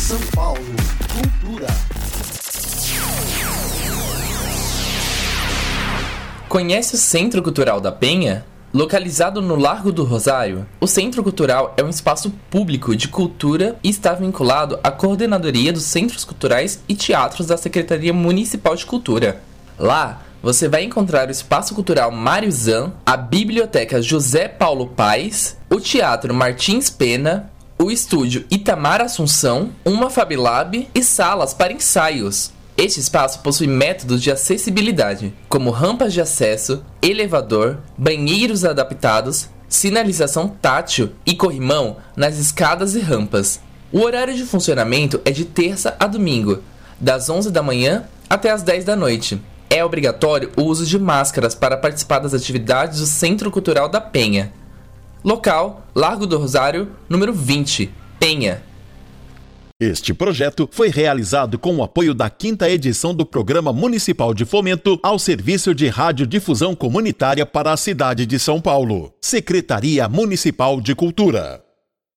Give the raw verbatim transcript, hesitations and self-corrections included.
São Paulo Cultura. Conhece o Centro Cultural da Penha? Localizado no Largo do Rosário, o Centro Cultural é um espaço público de cultura e está vinculado à coordenadoria dos Centros Culturais e Teatros da Secretaria Municipal de Cultura. Lá, você vai encontrar o Espaço Cultural Mário Zan, a Biblioteca José Paulo Paes, o Teatro Martins Pena, o Estúdio Itamar Assunção, uma Fab Lab e salas para ensaios. Este espaço possui métodos de acessibilidade, como rampas de acesso, elevador, banheiros adaptados, sinalização tátil e corrimão nas escadas e rampas. O horário de funcionamento é de terça a domingo, das onze da manhã até as dez da noite. É obrigatório o uso de máscaras para participar das atividades do Centro Cultural da Penha. Local: Largo do Rosário, número vinte, Penha. Este projeto foi realizado com o apoio da quinta edição do Programa Municipal de Fomento ao Serviço de Radiodifusão Comunitária para a cidade de São Paulo. Secretaria Municipal de Cultura.